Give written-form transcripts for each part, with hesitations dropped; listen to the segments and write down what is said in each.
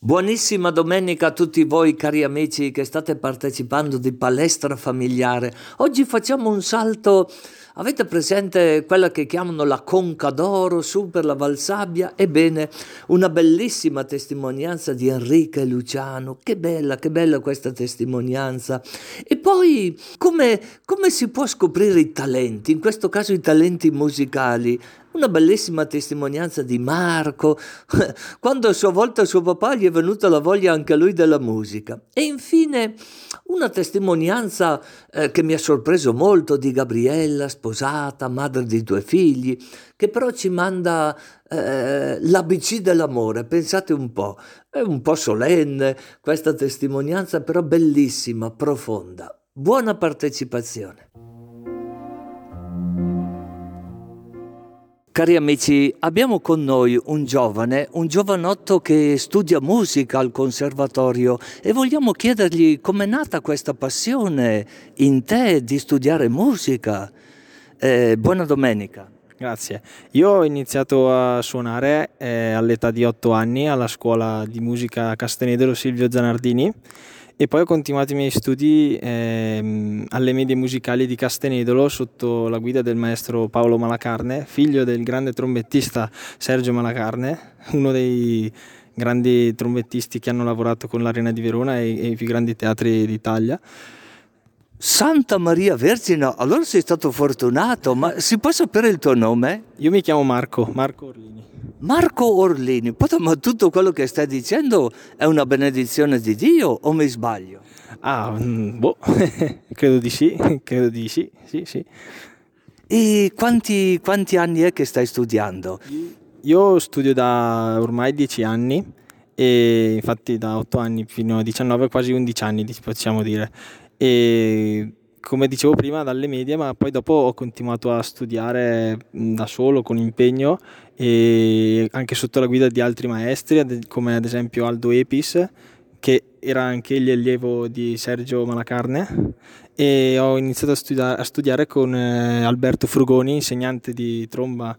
Buonissima domenica a tutti voi cari amici che state partecipando di Palestra Familiare. Oggi facciamo un salto, avete presente quella che chiamano la Conca d'Oro su per la Valsabbia? Ebbene, una bellissima testimonianza di Enrica e Luciano. Che bella questa testimonianza. E poi come si può scoprire i talenti, in questo caso i talenti musicali? Una bellissima testimonianza di Marco, quando a sua volta suo papà gli è venuta la voglia anche a lui della musica. E infine una testimonianza che mi ha sorpreso molto di Gabriella, sposata, madre di 2 figli, che però ci manda l'ABC dell'amore. Pensate un po', è un po' solenne questa testimonianza, però bellissima, profonda. Buona partecipazione. Cari amici, abbiamo con noi un giovanotto che studia musica al conservatorio e vogliamo chiedergli com'è nata questa passione in te di studiare musica. Buona domenica. Grazie. Io ho iniziato a suonare all'età di 8 anni alla scuola di musica Castenedolo Silvio Zanardini e poi ho continuato i miei studi alle medie musicali di Castenedolo sotto la guida del maestro Paolo Malacarne, figlio del grande trombettista Sergio Malacarne, uno dei grandi trombettisti che hanno lavorato con l'Arena di Verona e i più grandi teatri d'Italia. Santa Maria Vergine, allora sei stato fortunato, ma si può sapere il tuo nome? Io mi chiamo Marco Orlini. Marco Orlini, ma tutto quello che stai dicendo è una benedizione di Dio o mi sbaglio? Credo di sì, sì. E quanti anni è che stai studiando? Io studio da ormai 10 anni e infatti da 8 anni fino a 19, quasi 11 anni possiamo dire. E come dicevo prima dalle medie, ma poi dopo ho continuato a studiare da solo con impegno e anche sotto la guida di altri maestri come ad esempio Aldo Epis, che era anche egli allievo di Sergio Malacarne, e ho iniziato a studiare con Alberto Frugoni, insegnante di tromba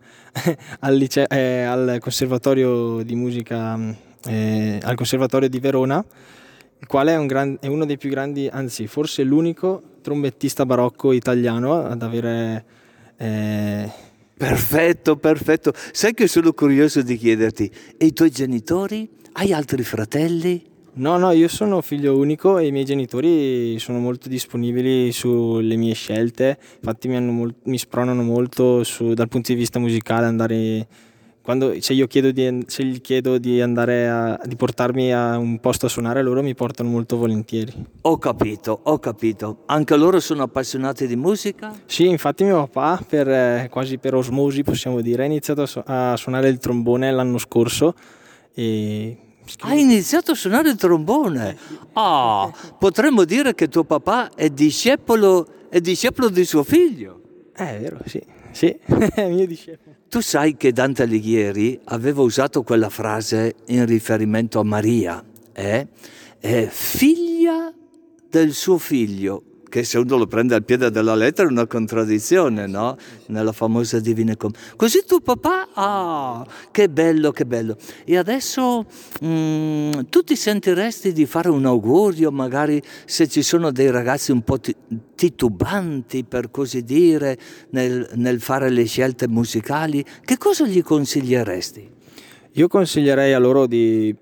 al Conservatorio di Musica al Conservatorio di Verona, il quale è uno dei più grandi, anzi forse l'unico trombettista barocco italiano ad avere... Perfetto. Sai che sono curioso di chiederti, e i tuoi genitori? Hai altri fratelli? No, io sono figlio unico e i miei genitori sono molto disponibili sulle mie scelte, infatti mi spronano molto dal punto di vista musicale andare... se gli chiedo di portarmi a un posto a suonare, loro mi portano molto volentieri. Ho capito. Anche loro sono appassionati di musica? Sì, infatti mio papà, quasi per osmosi possiamo dire, ha iniziato a suonare il trombone l'anno scorso e... Hai iniziato a suonare il trombone? Potremmo dire che tuo papà è discepolo di suo figlio. È vero, sì, è mio discepolo. Tu sai che Dante Alighieri aveva usato quella frase in riferimento a Maria, è figlia del suo figlio, che se uno lo prende al piede della lettera è una contraddizione, no? Nella famosa Divina Commedia. Così tuo papà, che bello. E adesso tu ti sentiresti di fare un augurio, magari se ci sono dei ragazzi un po' titubanti, per così dire, nel fare le scelte musicali, che cosa gli consiglieresti? Io consiglierei loro di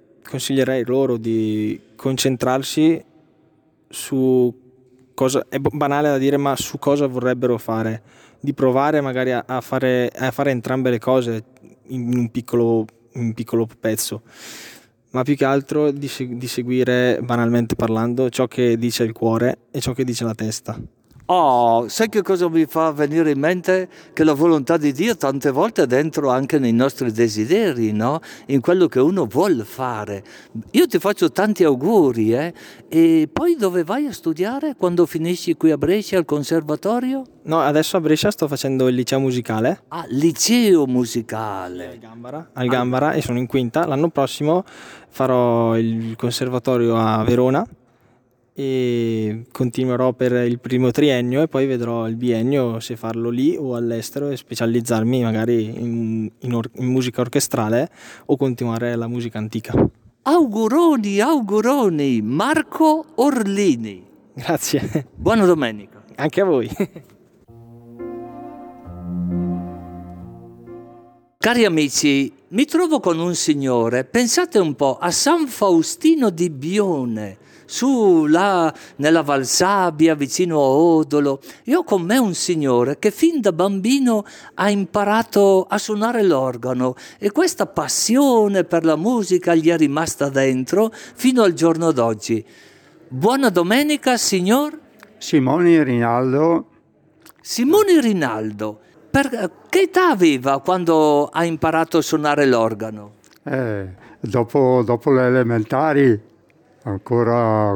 concentrarsi su cosa, è banale da dire, ma su cosa vorrebbero fare, di provare magari a fare entrambe le cose in un piccolo pezzo, ma più che altro di seguire, banalmente parlando, ciò che dice il cuore e ciò che dice la testa. Sai che cosa mi fa venire in mente? Che la volontà di Dio tante volte è dentro anche nei nostri desideri, no? In quello che uno vuol fare. Io ti faccio tanti auguri, E poi dove vai a studiare quando finisci qui a Brescia al conservatorio? No, adesso a Brescia sto facendo il liceo musicale. Liceo musicale. Al Gambara e sono in quinta. L'anno prossimo farò il conservatorio a Verona e continuerò per il primo triennio e poi vedrò il biennio se farlo lì o all'estero e specializzarmi magari in musica orchestrale o continuare la musica antica. Auguroni, auguroni, Marco Orlini. Grazie. Buona domenica. Anche a voi. Cari amici, mi trovo con un signore, pensate un po', a San Faustino di Bione, su là nella Valsabbia, vicino a Odolo. Io ho con me un signore che fin da bambino ha imparato a suonare l'organo e questa passione per la musica gli è rimasta dentro fino al giorno d'oggi. Buona domenica, signor Simone Rinaldo. Simone Rinaldo. Che età aveva quando ha imparato a suonare l'organo? Dopo le elementari, ancora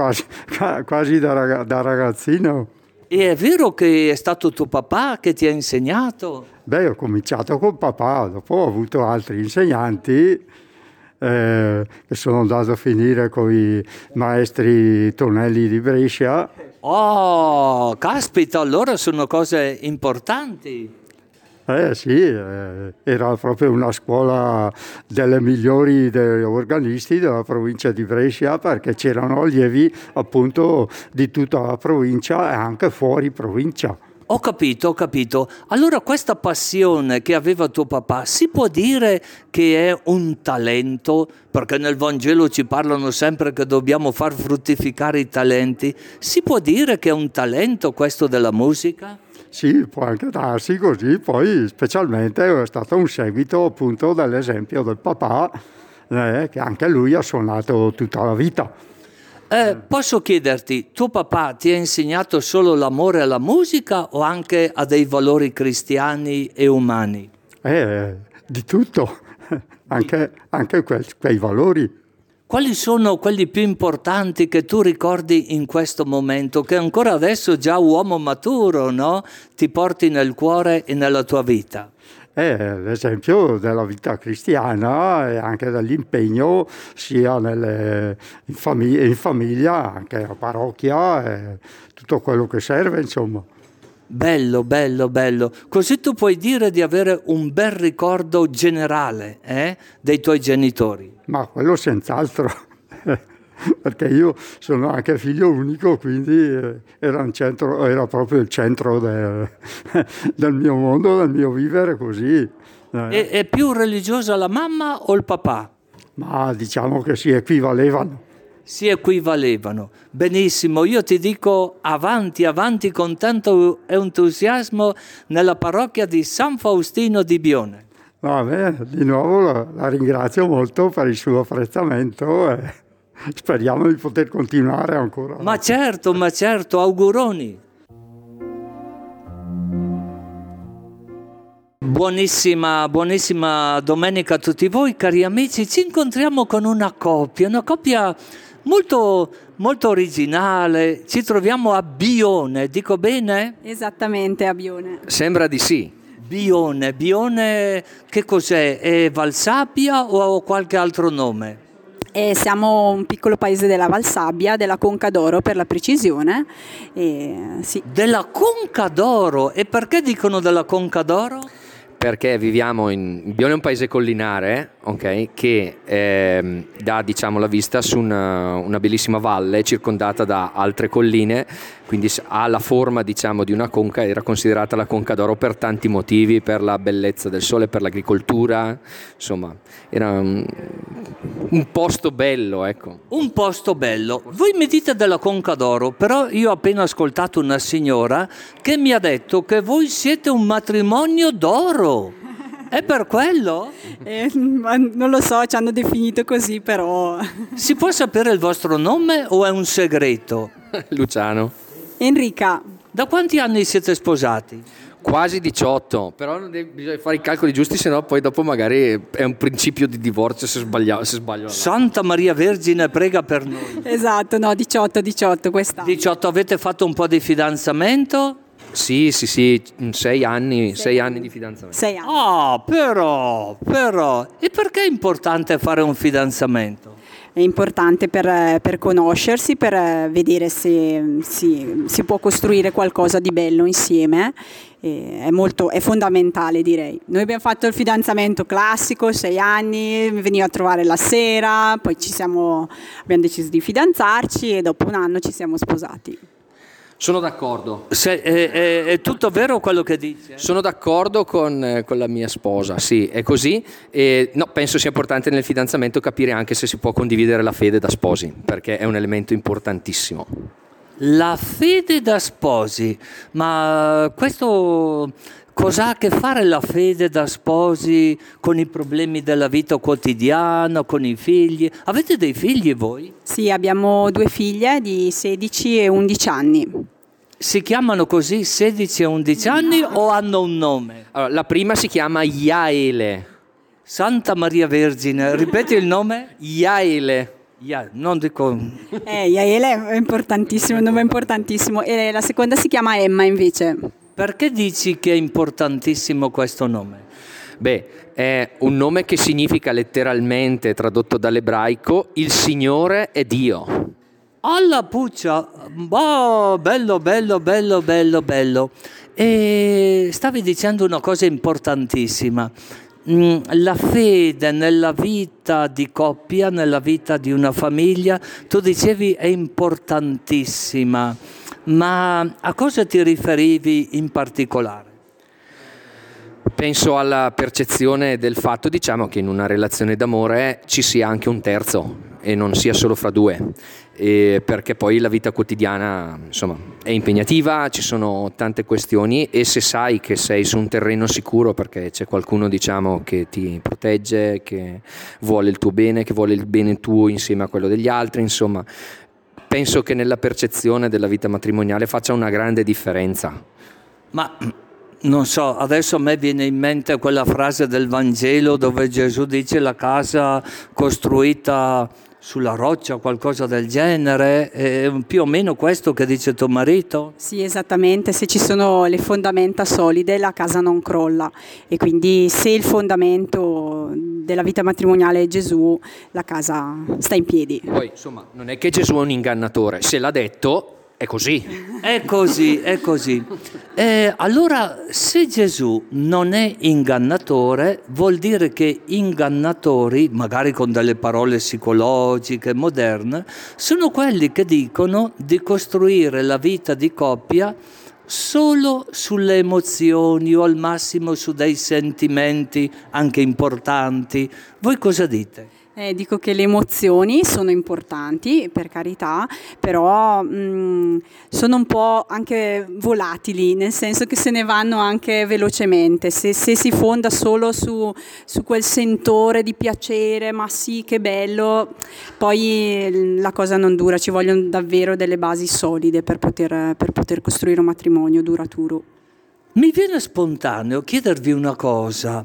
quasi da ragazzino. E è vero che è stato tuo papà che ti ha insegnato? Ho cominciato con papà, dopo ho avuto altri insegnanti che sono andato a finire con i maestri Tonelli di Brescia. Oh, caspita, allora sono cose importanti. Sì, era proprio una scuola delle migliori organisti della provincia di Brescia, perché c'erano allievi appunto di tutta la provincia e anche fuori provincia. Ho capito. Allora questa passione che aveva tuo papà, si può dire che è un talento? Perché nel Vangelo ci parlano sempre che dobbiamo far fruttificare i talenti. Si può dire che è un talento questo della musica? Sì, può anche darsi così, poi specialmente è stato un seguito appunto dell'esempio del papà, che anche lui ha suonato tutta la vita. Posso chiederti, tuo papà ti ha insegnato solo l'amore alla musica o anche a dei valori cristiani e umani? Di tutto, anche quei valori. Quali sono quelli più importanti che tu ricordi in questo momento, che ancora adesso già uomo maturo, no? Ti porti nel cuore e nella tua vita? L'esempio della vita cristiana e anche dell'impegno sia in famiglia, anche a parrocchia, e tutto quello che serve, insomma. Bello. Così tu puoi dire di avere un bel ricordo generale dei tuoi genitori. Ma quello senz'altro, perché io sono anche figlio unico, quindi era proprio il centro del mio mondo, del mio vivere così. È più religiosa la mamma o il papà? Ma diciamo che si equivalevano. Si equivalevano. Benissimo, io ti dico avanti con tanto entusiasmo nella parrocchia di San Faustino di Bione. Di nuovo la ringrazio molto per il suo apprezzamento e speriamo di poter continuare ancora. Ma certo, auguroni. Buonissima domenica a tutti voi, cari amici. Ci incontriamo con una coppia molto, molto originale. Ci troviamo a Bione, dico bene? Esattamente, a Bione. Sembra di sì. Bione, che cos'è? È Valsabbia o qualche altro nome? Siamo un piccolo paese della Valsabbia, della Conca d'Oro per la precisione. Sì. Della Conca d'Oro? E perché dicono della Conca d'Oro? Perché viviamo Bione è un paese collinare, ok, che dà, diciamo, la vista su una bellissima valle circondata da altre colline, quindi ha la forma, diciamo, di una conca. Era considerata la Conca d'Oro per tanti motivi, per la bellezza del sole, per l'agricoltura, insomma, era un posto bello, ecco. Un posto bello. Voi mi dite della Conca d'Oro, però io ho appena ascoltato una signora che mi ha detto che voi siete un matrimonio d'oro. È per quello? Non lo so, ci hanno definito così, però. Si può sapere il vostro nome o è un segreto? Luciano. Enrica. Da quanti anni siete sposati? Quasi 18, però bisogna fare i calcoli giusti, sennò poi dopo magari è un principio di divorzio se sbaglio. Santa Maria Vergine, prega per noi. Esatto, no, 18 quest'anno. 18, avete fatto un po' di fidanzamento? Sì, 6 anni di fidanzamento. 6 anni. Però. E perché è importante fare un fidanzamento? È importante per conoscersi, per vedere se si può costruire qualcosa di bello insieme. È fondamentale, direi. Noi abbiamo fatto il fidanzamento classico, 6 anni, mi veniva a trovare la sera, poi abbiamo deciso di fidanzarci e dopo un anno ci siamo sposati. Sono d'accordo. È tutto vero quello che dice? Sono d'accordo con la mia sposa, sì, è così. No, penso sia importante nel fidanzamento capire anche se si può condividere la fede da sposi, perché è un elemento importantissimo. La fede da sposi, ma questo cosa ha a che fare la fede da sposi con i problemi della vita quotidiana, con i figli? Avete dei figli voi? Sì, abbiamo 2 figlie di 16 e 11 anni. Si chiamano così 16 e 11 anni o hanno un nome? Allora, la prima si chiama Yaele. Santa Maria Vergine, ripeti il nome? Yaele. Non dico... Yaele è importantissimo, un nome importantissimo. E la seconda si chiama Emma invece. Perché dici che è importantissimo questo nome? Beh, è un nome che significa letteralmente, tradotto dall'ebraico, il Signore è Dio. Alla puccia, oh, bello. E stavi dicendo una cosa importantissima. La fede nella vita di coppia, nella vita di una famiglia, tu dicevi è importantissima, ma a cosa ti riferivi in particolare? Penso alla percezione del fatto, diciamo, che in una relazione d'amore ci sia anche un terzo e non sia solo fra 2, perché poi la vita quotidiana, insomma, è impegnativa, ci sono tante questioni e se sai che sei su un terreno sicuro perché c'è qualcuno, diciamo, che ti protegge, che vuole il tuo bene, che vuole il bene tuo insieme a quello degli altri, insomma, penso che nella percezione della vita matrimoniale faccia una grande differenza. Ma non so, adesso a me viene in mente quella frase del Vangelo dove Gesù dice la casa costruita sulla roccia, qualcosa del genere, è più o meno questo che dice tuo marito? Sì, esattamente, se ci sono le fondamenta solide la casa non crolla e quindi se il fondamento della vita matrimoniale è Gesù, la casa sta in piedi. Poi, insomma, non è che Gesù è un ingannatore, se l'ha detto è così. È così. Allora, se Gesù non è ingannatore, vuol dire che ingannatori, magari con delle parole psicologiche, moderne, sono quelli che dicono di costruire la vita di coppia solo sulle emozioni o al massimo su dei sentimenti anche importanti. Voi cosa dite? Dico che le emozioni sono importanti, per carità, però sono un po' anche volatili, nel senso che se ne vanno anche velocemente. Se si fonda solo su quel sentore di piacere, ma sì, che bello, poi la cosa non dura, ci vogliono davvero delle basi solide per poter costruire un matrimonio duraturo. Mi viene spontaneo chiedervi una cosa.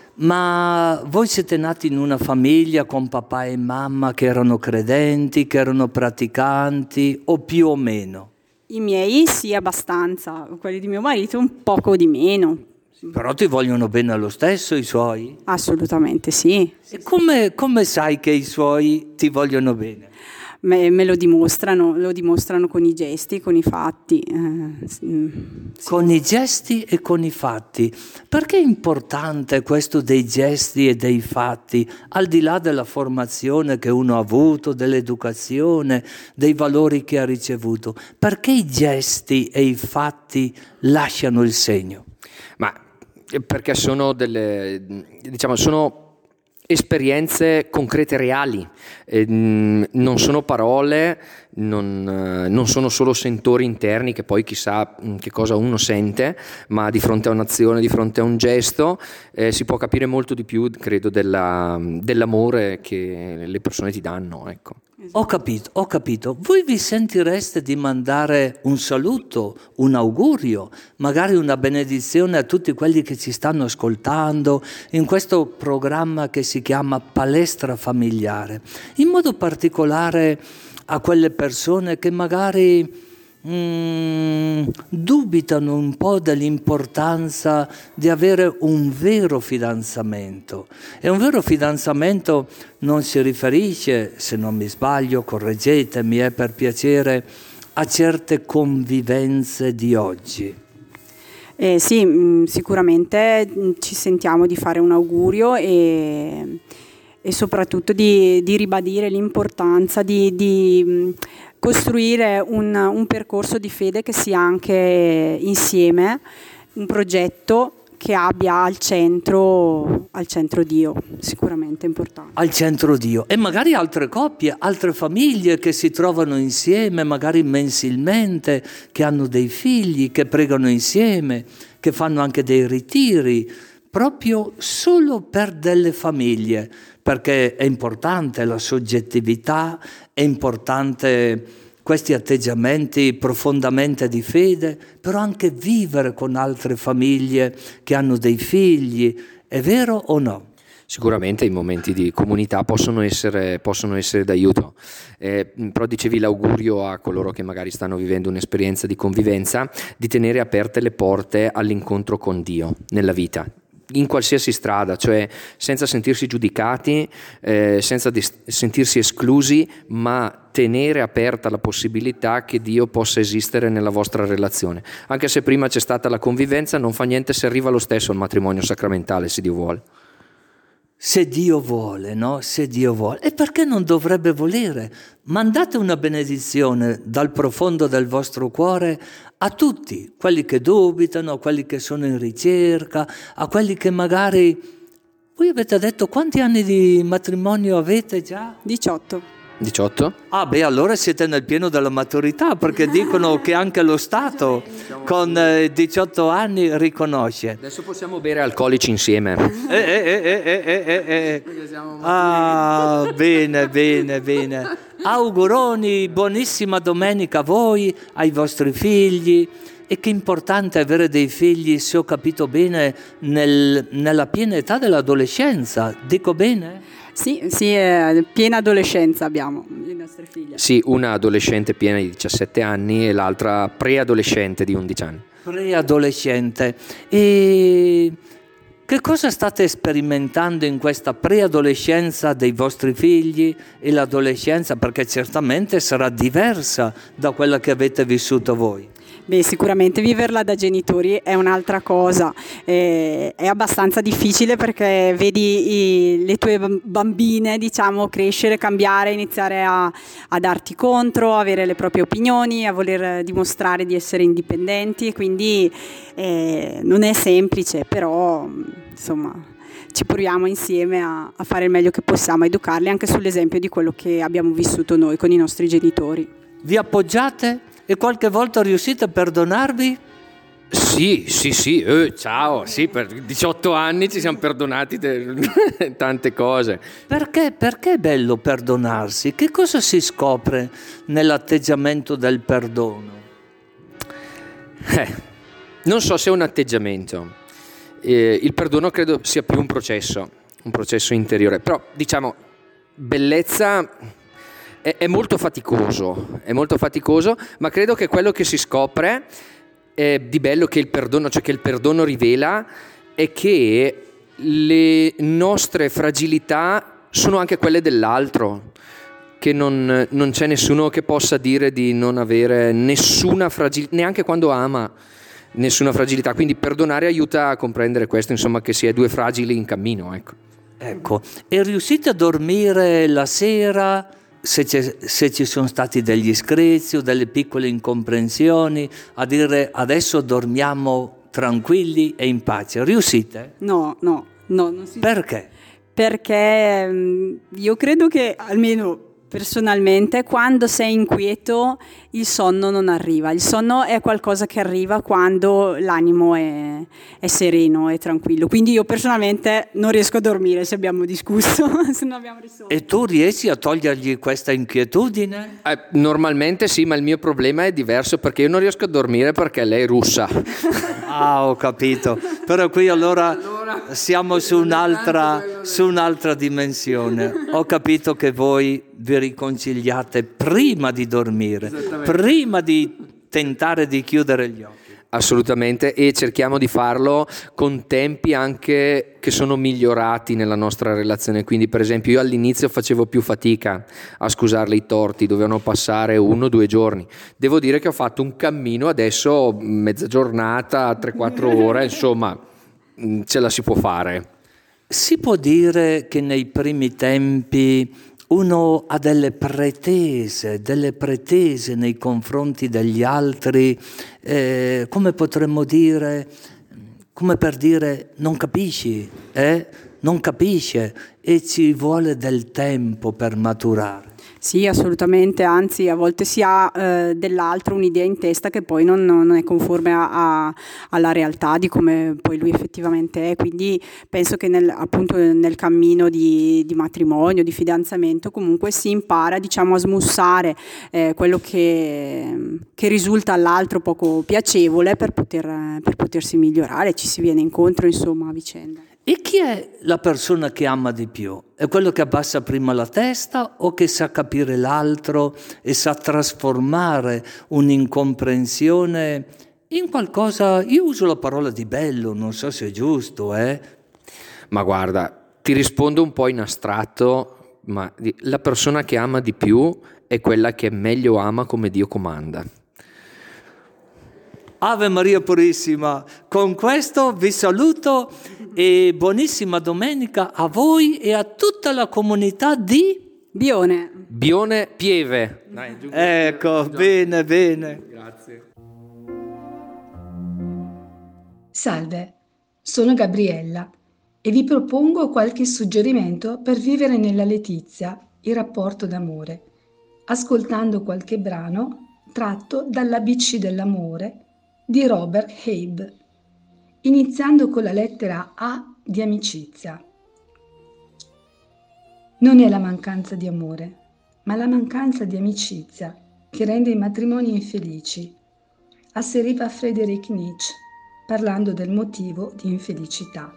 Ma voi siete nati in una famiglia con papà e mamma che erano credenti, che erano praticanti o più o meno? I miei sì, abbastanza, quelli di mio marito un poco di meno. Però ti vogliono bene lo stesso i suoi? Assolutamente sì. E come sai che i suoi ti vogliono bene? Me lo dimostrano con i gesti, con i fatti. Sì. Con i gesti e con i fatti. Perché è importante questo dei gesti e dei fatti, al di là della formazione che uno ha avuto, dell'educazione, dei valori che ha ricevuto? Perché i gesti e i fatti lasciano il segno? Ma perché sono sono esperienze concrete reali, non sono parole, non sono solo sentori interni che poi chissà che cosa uno sente, ma di fronte a un'azione, di fronte a un gesto si può capire molto di più, credo, dell'amore che le persone ti danno, ecco. Ho capito. Voi vi sentireste di mandare un saluto, un augurio, magari una benedizione a tutti quelli che ci stanno ascoltando in questo programma che si chiama Palestra Familiare, in modo particolare a quelle persone che magari dubitano un po' dell'importanza di avere un vero fidanzamento. E un vero fidanzamento non si riferisce, se non mi sbaglio, correggetemi, per piacere, a certe convivenze di oggi. Sì, sicuramente ci sentiamo di fare un augurio e soprattutto di ribadire l'importanza di costruire un percorso di fede che sia anche insieme, un progetto che abbia al centro Dio, sicuramente importante. Al centro Dio. E magari altre coppie, altre famiglie che si trovano insieme, magari mensilmente, che hanno dei figli, che pregano insieme, che fanno anche dei ritiri, proprio solo per delle famiglie, perché è importante la soggettività, è importante questi atteggiamenti profondamente di fede, però anche vivere con altre famiglie che hanno dei figli, è vero o no? Sicuramente i momenti di comunità possono essere d'aiuto, però dicevi l'augurio a coloro che magari stanno vivendo un'esperienza di convivenza di tenere aperte le porte all'incontro con Dio nella vita, in qualsiasi strada, cioè senza sentirsi giudicati, senza sentirsi esclusi, ma tenere aperta la possibilità che Dio possa esistere nella vostra relazione. Anche se prima c'è stata la convivenza, non fa niente se arriva lo stesso al matrimonio sacramentale, se Dio vuole. Se Dio vuole, no? Se Dio vuole. E perché non dovrebbe volere? Mandate una benedizione dal profondo del vostro cuore a tutti, quelli che dubitano, a quelli che sono in ricerca, a quelli che magari... Voi avete detto quanti anni di matrimonio avete già? 18. 18? Ah beh, allora siete nel pieno della maturità, perché dicono che anche lo Stato con 18 anni riconosce. Adesso possiamo bere alcolici insieme. Ah, bene, bene, bene. Auguroni, buonissima domenica a voi, ai vostri figli. E che importante avere dei figli, se ho capito bene, nella piena età dell'adolescenza. Dico bene? Sì, piena adolescenza abbiamo le nostre figlie. Sì, una adolescente piena di 17 anni e l'altra preadolescente di 11 anni. Preadolescente. E che cosa state sperimentando in questa preadolescenza dei vostri figli e l'adolescenza? Perché certamente sarà diversa da quella che avete vissuto voi. Beh, sicuramente viverla da genitori è un'altra cosa, è abbastanza difficile perché vedi le tue bambine, diciamo, crescere, cambiare, iniziare a darti contro, avere le proprie opinioni, a voler dimostrare di essere indipendenti, quindi non è semplice, però insomma ci proviamo insieme a fare il meglio che possiamo, a educarli anche sull'esempio di quello che abbiamo vissuto noi con i nostri genitori. Vi appoggiate? E qualche volta riuscite a perdonarvi? Sì, ciao, sì, per 18 anni ci siamo perdonati tante cose. Perché è bello perdonarsi? Che cosa si scopre nell'atteggiamento del perdono? Non so se è un atteggiamento. Il perdono credo sia più un processo interiore, però diciamo bellezza... È molto faticoso, ma credo che quello che si scopre di bello che il perdono, cioè che il perdono rivela, è che le nostre fragilità sono anche quelle dell'altro, che non c'è nessuno che possa dire di non avere nessuna fragilità, neanche quando ama, nessuna fragilità. Quindi perdonare aiuta a comprendere questo, insomma, che si è due fragili in cammino, Ecco, e riuscite a dormire la sera... Se ci sono stati degli screzi o delle piccole incomprensioni, a dire adesso dormiamo tranquilli e in pace, riuscite? No, non si... Perché? Perché io credo che almeno personalmente quando sei inquieto il sonno non arriva, il sonno è qualcosa che arriva quando l'animo è sereno e tranquillo, quindi io personalmente non riesco a dormire se abbiamo discusso, se non abbiamo risolto. E tu riesci a togliergli questa inquietudine? Normalmente sì, ma il mio problema è diverso perché io non riesco a dormire perché lei è russa. Ah, ho capito, però qui allora siamo su un'altra dimensione. Ho capito che voi vi riconciliate prima di dormire, prima di tentare di chiudere gli occhi. Assolutamente, e cerchiamo di farlo con tempi anche che sono migliorati nella nostra relazione. Quindi, per esempio, io all'inizio facevo più fatica a scusarle i torti, dovevano passare 1 o 2 giorni. Devo dire che ho fatto un cammino adesso, mezza giornata, 3-4 ore, insomma, ce la si può fare. Si può dire che nei primi tempi uno ha delle pretese nei confronti degli altri, come potremmo dire, come per dire non capisci, non capisce, e ci vuole del tempo per maturare. Sì, assolutamente, anzi a volte si ha dell'altro un'idea in testa che poi non è conforme alla realtà di come poi lui effettivamente è, quindi penso che appunto nel cammino di matrimonio, di fidanzamento, comunque si impara, diciamo, a smussare quello che risulta all'altro poco piacevole per potersi migliorare, ci si viene incontro insomma a vicenda. E chi è la persona che ama di più? È quello che abbassa prima la testa o che sa capire l'altro e sa trasformare un'incomprensione in qualcosa, io uso la parola di bello, non so se è giusto, Ma guarda, ti rispondo un po' in astratto, ma la persona che ama di più è quella che meglio ama come Dio comanda. Ave Maria Purissima, con questo vi saluto e buonissima domenica a voi e a tutta la comunità di Bione Pieve. Dai, ecco, bene. Grazie. Salve, sono Gabriella e vi propongo qualche suggerimento per vivere nella letizia il rapporto d'amore, ascoltando qualche brano tratto dall'ABC dell'amore di Robert Haib, iniziando con la lettera A di amicizia. Non è la mancanza di amore, ma la mancanza di amicizia che rende i matrimoni infelici, asseriva Friedrich Nietzsche, parlando del motivo di infelicità.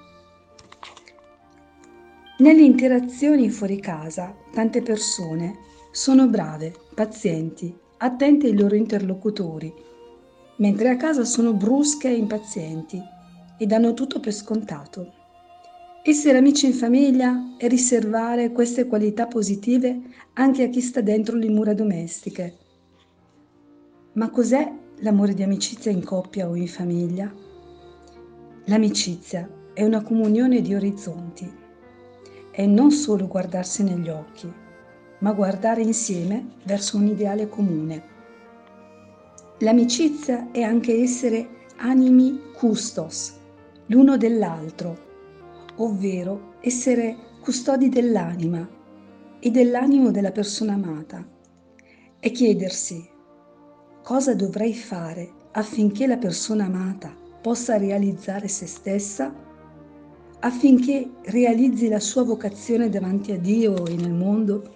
Nelle interazioni fuori casa, tante persone sono brave, pazienti, attente ai loro interlocutori, mentre a casa sono brusche e impazienti e danno tutto per scontato. Essere amici in famiglia è riservare queste qualità positive anche a chi sta dentro le mura domestiche. Ma cos'è l'amore di amicizia in coppia o in famiglia? L'amicizia è una comunione di orizzonti. È non solo guardarsi negli occhi, ma guardare insieme verso un ideale comune. L'amicizia è anche essere animi custos, l'uno dell'altro, ovvero essere custodi dell'anima e dell'animo della persona amata, e chiedersi cosa dovrei fare affinché la persona amata possa realizzare se stessa, affinché realizzi la sua vocazione davanti a Dio e nel mondo.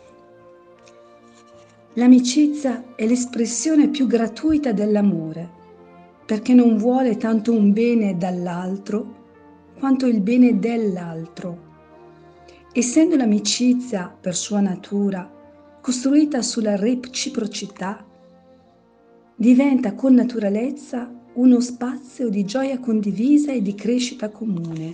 L'amicizia è l'espressione più gratuita dell'amore, perché non vuole tanto un bene dall'altro quanto il bene dell'altro. Essendo l'amicizia, per sua natura, costruita sulla reciprocità, diventa con naturalezza uno spazio di gioia condivisa e di crescita comune.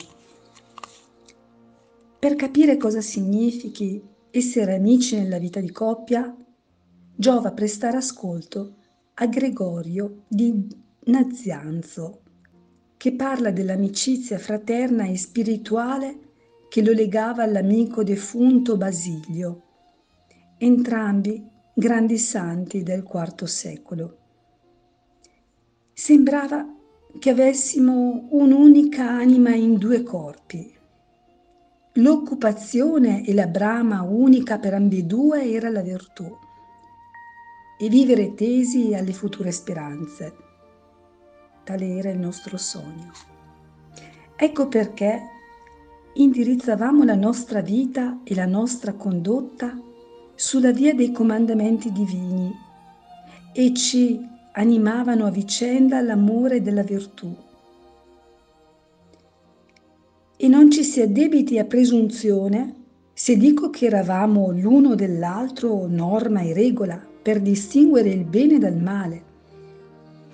Per capire cosa significhi essere amici nella vita di coppia, giova prestare ascolto a Gregorio di Nazianzo, che parla dell'amicizia fraterna e spirituale che lo legava all'amico defunto Basilio, entrambi grandi santi del IV secolo. Sembrava che avessimo un'unica anima in 2 corpi. L'occupazione e la brama unica per ambedue era la virtù, e vivere tesi alle future speranze. Tale era il nostro sogno. Ecco perché indirizzavamo la nostra vita e la nostra condotta sulla via dei comandamenti divini e ci animavano a vicenda l'amore della virtù. E non ci si addebiti a presunzione se dico che eravamo l'uno dell'altro norma e regola per distinguere il bene dal male,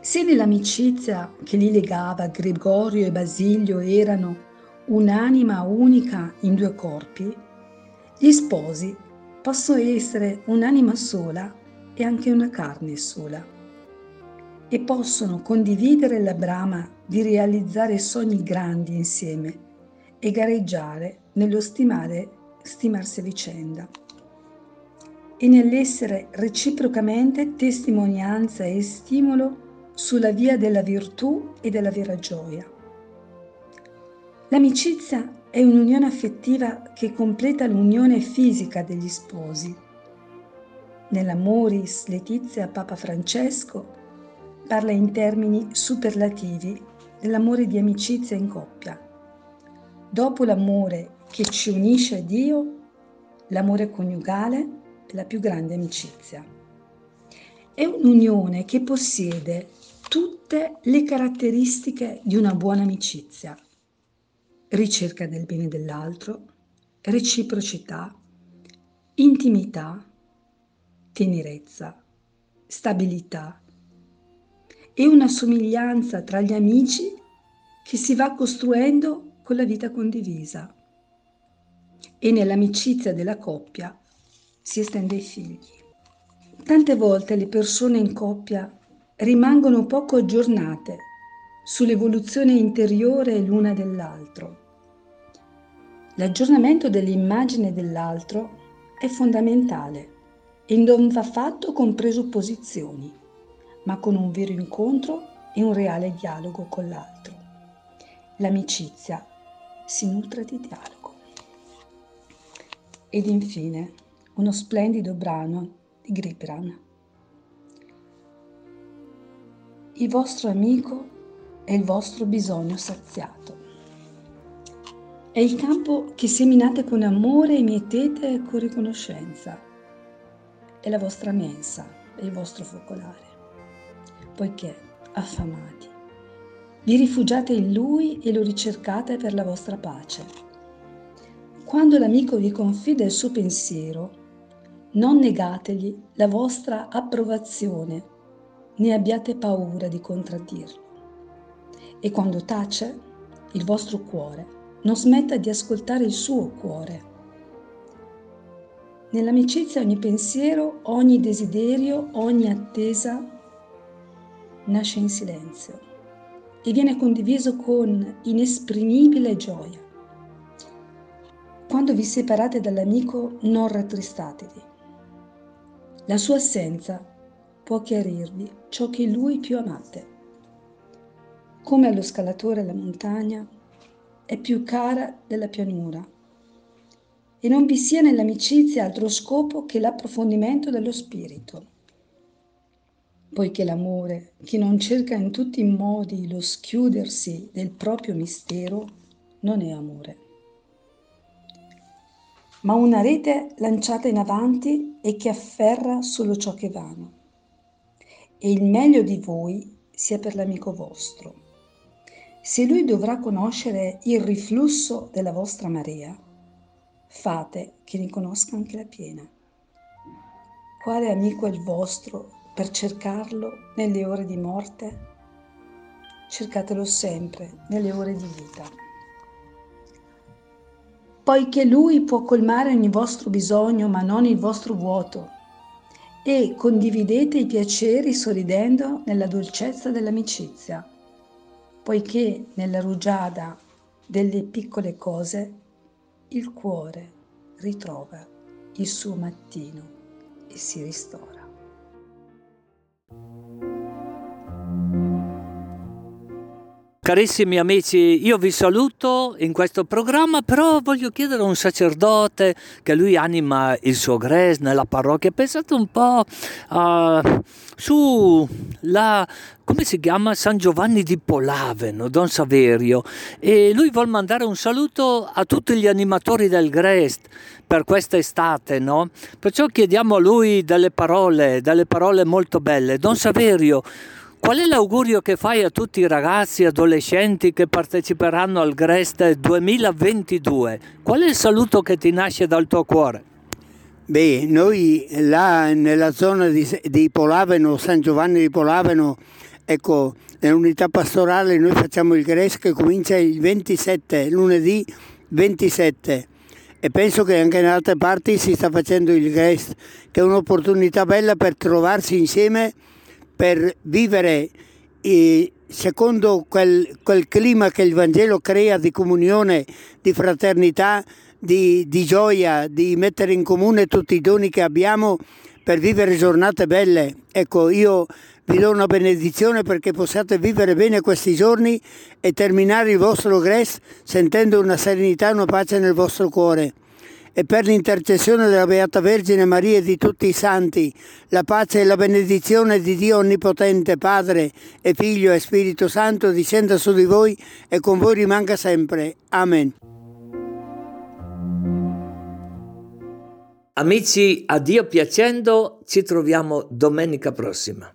Se nell'amicizia che li legava Gregorio e Basilio erano un'anima unica in due corpi, gli sposi possono essere un'anima sola e anche una carne sola, e possono condividere la brama di realizzare sogni grandi insieme e gareggiare nello stimarsi a vicenda e nell'essere reciprocamente testimonianza e stimolo sulla via della virtù e della vera gioia. L'amicizia è un'unione affettiva che completa l'unione fisica degli sposi. Nell'Amoris Laetitia Papa Francesco parla in termini superlativi dell'amore di amicizia in coppia. Dopo l'amore che ci unisce a Dio, l'amore coniugale è la più grande amicizia. È un'unione che possiede tutte le caratteristiche di una buona amicizia: ricerca del bene dell'altro, reciprocità, intimità, tenerezza, stabilità e una somiglianza tra gli amici che si va costruendo con la vita condivisa. E nell'amicizia della coppia si estende ai figli. Tante volte le persone in coppia rimangono poco aggiornate sull'evoluzione interiore l'una dell'altro. L'aggiornamento dell'immagine dell'altro è fondamentale e non va fatto con presupposizioni, ma con un vero incontro e un reale dialogo con l'altro. L'amicizia si nutre di dialogo. Ed infine uno splendido brano di Gripran. Il vostro amico è il vostro bisogno saziato. È il campo che seminate con amore e mietete con riconoscenza. È la vostra mensa, è il vostro focolare. Poiché, affamati, vi rifugiate in Lui e lo ricercate per la vostra pace. Quando l'amico vi confida il suo pensiero, non negategli la vostra approvazione, né abbiate paura di contraddirlo. E quando tace, il vostro cuore non smetta di ascoltare il suo cuore. Nell'amicizia ogni pensiero, ogni desiderio, ogni attesa nasce in silenzio e viene condiviso con inesprimibile gioia. Quando vi separate dall'amico, non rattristatevi. La sua assenza può chiarirvi ciò che lui più amate. Come allo scalatore la montagna è più cara della pianura, e non vi sia nell'amicizia altro scopo che l'approfondimento dello spirito, poiché l'amore, che non cerca in tutti i modi lo schiudersi del proprio mistero, non è amore, ma una rete lanciata in avanti e che afferra solo ciò che è vano. E il meglio di voi sia per l'amico vostro. Se lui dovrà conoscere il riflusso della vostra marea, fate che ne conosca anche la piena. Quale amico è il vostro per cercarlo nelle ore di morte? Cercatelo sempre nelle ore di vita. Poiché lui può colmare ogni vostro bisogno, ma non il vostro vuoto, e condividete i piaceri sorridendo nella dolcezza dell'amicizia, poiché nella rugiada delle piccole cose il cuore ritrova il suo mattino e si ristora. Carissimi amici, io vi saluto in questo programma, però voglio chiedere a un sacerdote che lui anima il suo GRES nella parrocchia. Pensate un po' su la, come si chiama? San Giovanni di Polaveno, Don Saverio, e lui vuol mandare un saluto a tutti gli animatori del GRES per questa estate, no? Perciò chiediamo a lui delle parole molto belle. Don Saverio, qual è l'augurio che fai a tutti i ragazzi e adolescenti che parteciperanno al GRES 2022? Qual è il saluto che ti nasce dal tuo cuore? Beh, noi là nella zona di Polaveno, San Giovanni di Polaveno, Ecco, nell'unità pastorale noi facciamo il GRES che comincia il 27, lunedì 27, e penso che anche in altre parti si sta facendo il GRES, che è un'opportunità bella per trovarsi insieme, per vivere secondo quel clima che il Vangelo crea di comunione, di fraternità, di gioia, di mettere in comune tutti i doni che abbiamo per vivere giornate belle. Ecco, io vi do una benedizione perché possiate vivere bene questi giorni e terminare il vostro GRES sentendo una serenità e una pace nel vostro cuore. E per l'intercessione della Beata Vergine Maria e di tutti i santi, la pace e la benedizione di Dio Onnipotente, Padre e Figlio e Spirito Santo discenda su di voi e con voi rimanga sempre. Amen. Amici, a Dio piacendo, ci troviamo domenica prossima.